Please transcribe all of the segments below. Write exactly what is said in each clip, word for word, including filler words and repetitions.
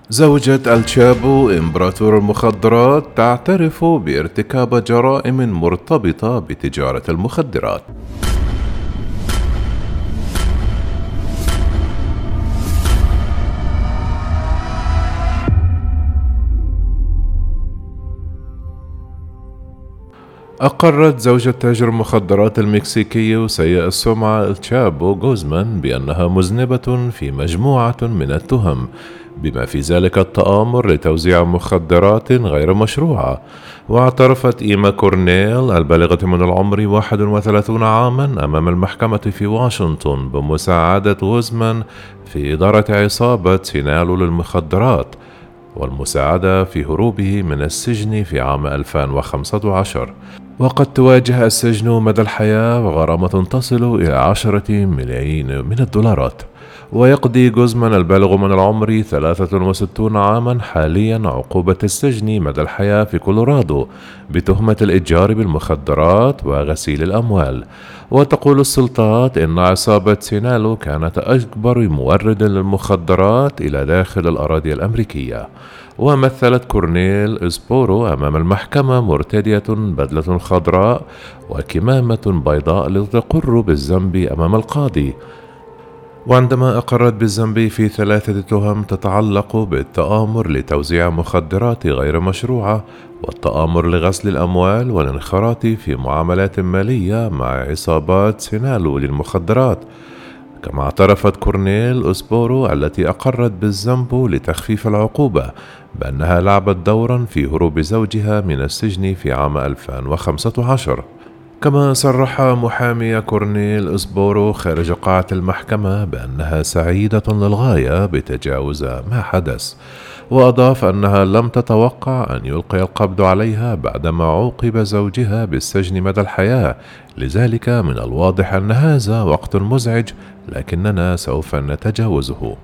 زوجة الشابو إمبراطور المخدرات تعترف بارتكاب جرائم مرتبطة بتجارة المخدرات. أقرت زوجة تاجر المخدرات المكسيكي وسيء السمعة الشابو غوزمان بأنها مذنبة في مجموعة من التهم، بما في ذلك التآمر لتوزيع مخدرات غير مشروعة. واعترفت إيما كورنيل البالغة من العمر واحد وثلاثين عاما أمام المحكمة في واشنطن بمساعدة غوزمان في إدارة عصابة سينالو للمخدرات والمساعدة في هروبه من السجن في عام ألفين وخمسة عشر. وقد تواجه السجن مدى الحياة وغرامة تصل إلى عشرة ملايين من الدولارات. ويقضي غوزمان البالغ من العمر ثلاثة وستين عاما حاليا عقوبة السجن مدى الحياة في كولورادو بتهمة الإتجار بالمخدرات وغسيل الأموال. وتقول السلطات إن عصابة سينالو كانت أكبر مورد للمخدرات إلى داخل الأراضي الأمريكية. ومثلت كورنيل إسبورو أمام المحكمة مرتدية بدلة خضراء وكمامة بيضاء لتقر بالذنب أمام القاضي. وعندما أقرت بالذنب في ثلاثة تهم تتعلق بالتآمر لتوزيع مخدرات غير مشروعة والتآمر لغسل الأموال والانخراط في معاملات مالية مع عصابات سينالو للمخدرات. كما اعترفت كورنيل أسبورو التي أقرت بالذنب لتخفيف العقوبة بأنها لعبت دورا في هروب زوجها من السجن في عام ألفين وخمسة عشر. كما صرح محامي كورنيل أسبورو خارج قاعة المحكمة بأنها سعيدة للغاية بتجاوز ما حدث، وأضاف أنها لم تتوقع أن يلقي القبض عليها بعدما عوقب زوجها بالسجن مدى الحياة، لذلك من الواضح أن هذا وقت مزعج لكننا سوف نتجاوزه.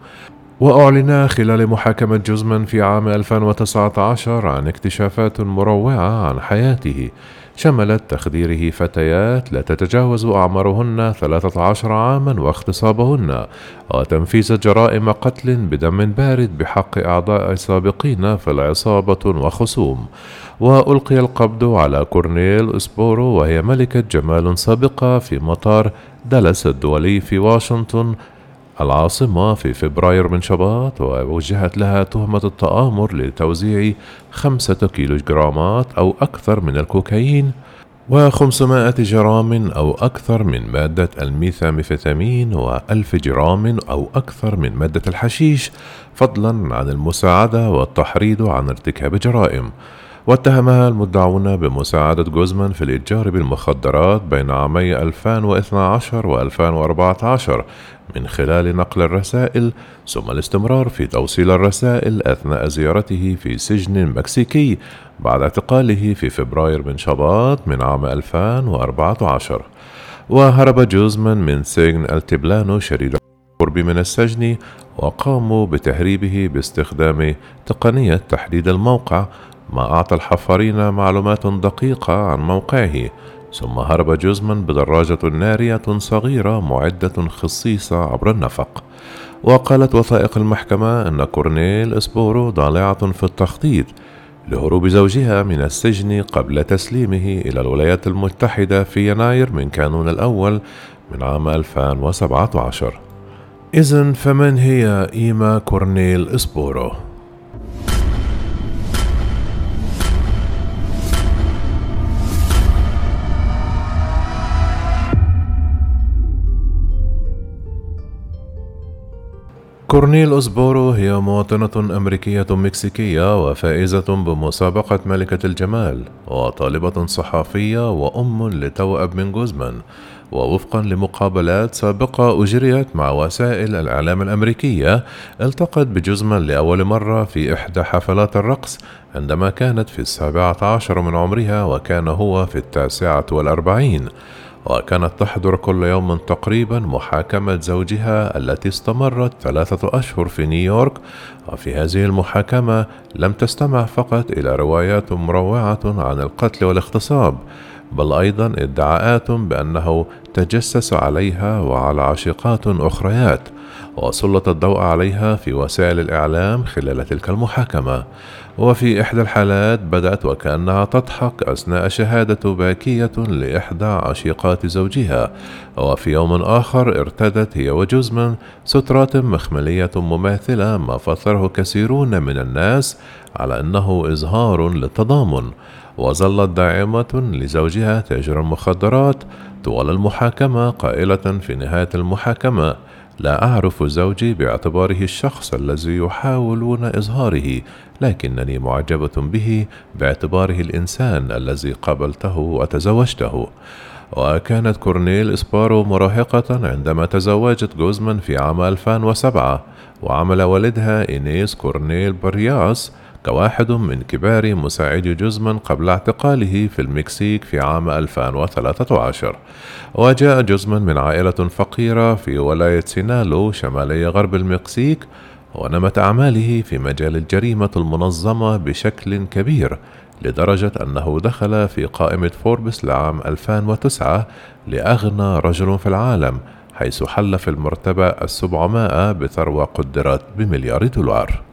وأعلن خلال محاكمة غوزمان في عام ألفين وتسعة عشر عن اكتشافات مروعة عن حياته شملت تخديره فتيات لا تتجاوز أعمارهن ثلاثة عشر عاما واغتصابهن وتنفيذ جرائم قتل بدم بارد بحق أعضاء سابقين في العصابة وخصوم. وألقي القبض على كورنيل أسبورو وهي ملكة جمال سابقة في مطار دالاس الدولي في واشنطن العاصمة في فبراير من شباط، ووجهت لها تهمة التآمر لتوزيع خمسة كيلوغرامات أو أكثر من الكوكايين وخمسمائة جرام أو أكثر من مادة الميثامفيتامين وألف جرام أو أكثر من مادة الحشيش، فضلا عن المساعدة والتحريض عن ارتكاب جرائم. واتهمها المدعون بمساعدة غوزمان في الإتجار بالمخدرات بين عامي ألفين واثني عشر وألفين وأربعة عشر من خلال نقل الرسائل ثم الاستمرار في توصيل الرسائل أثناء زيارته في سجن مكسيكي بعد اعتقاله في فبراير من شباط من عام ألفين وأربعة عشر. وهرب غوزمان من سجن التبلانو شديد القرب من السجن، وقاموا بتهريبه باستخدام تقنية تحديد الموقع، ما أعطى الحفارين معلومات دقيقة عن موقعه. ثم هرب غوزمان بدراجة نارية صغيرة معدة خصيصة عبر النفق. وقالت وثائق المحكمة أن كورنيل أسبورو ضالعة في التخطيط لهروب زوجها من السجن قبل تسليمه إلى الولايات المتحدة في يناير من كانون الأول من عام ألفين وسبعة عشر. إذن فمن هي إيما كورنيل أسبورو؟ كورنيل أسبورو هي مواطنة أمريكية مكسيكية وفائزة بمسابقة ملكة الجمال، وطالبة صحفية وأم لتوأب من غوزمان. ووفقا لمقابلات سابقة أجريت مع وسائل الإعلام الأمريكية، التقت بغوزمان لأول مرة في إحدى حفلات الرقص عندما كانت في السابعة عشر من عمرها وكان هو في التاسعة والأربعين. وكانت تحضر كل يوم تقريبا محاكمة زوجها التي استمرت ثلاثة أشهر في نيويورك. وفي هذه المحاكمة لم تستمع فقط إلى روايات مروعة عن القتل والاغتصاب، بل أيضا ادعاءات بأنه تجسس عليها وعلى عشيقات أخريات. وسلط الضوء عليها في وسائل الإعلام خلال تلك المحاكمة. وفي إحدى الحالات بدأت وكأنها تضحك أثناء شهادة باكية لإحدى عشيقات زوجها، وفي يوم آخر ارتدت هي وجوزمان سترات مخملية مماثلة ما فسره كثيرون من الناس على أنه إظهار للتضامن. وظلت داعمة لزوجها تاجر المخدرات طوال المحاكمة قائلة في نهاية المحاكمة: لا أعرف زوجي باعتباره الشخص الذي يحاولون إظهاره، لكنني معجبة به باعتباره الإنسان الذي قابلته وتزوجته. وكانت كورنيل إسبارو مراهقة عندما تزوجت غوزمان في عام ألفين وسبعة، وعمل والدها إينيس كورنيل بارياس كواحد من كبار مساعدي جوزمان قبل اعتقاله في المكسيك في عام ألفين وثلاثة عشر. وجاء جوزمان من عائلة فقيرة في ولاية سينالو شمالي غرب المكسيك، ونمت أعماله في مجال الجريمة المنظمة بشكل كبير لدرجة أنه دخل في قائمة فوربس لعام ألفين وتسعة لأغنى رجل في العالم، حيث حل في المرتبة السبعمائة بثروة قدرت بمليار دولار.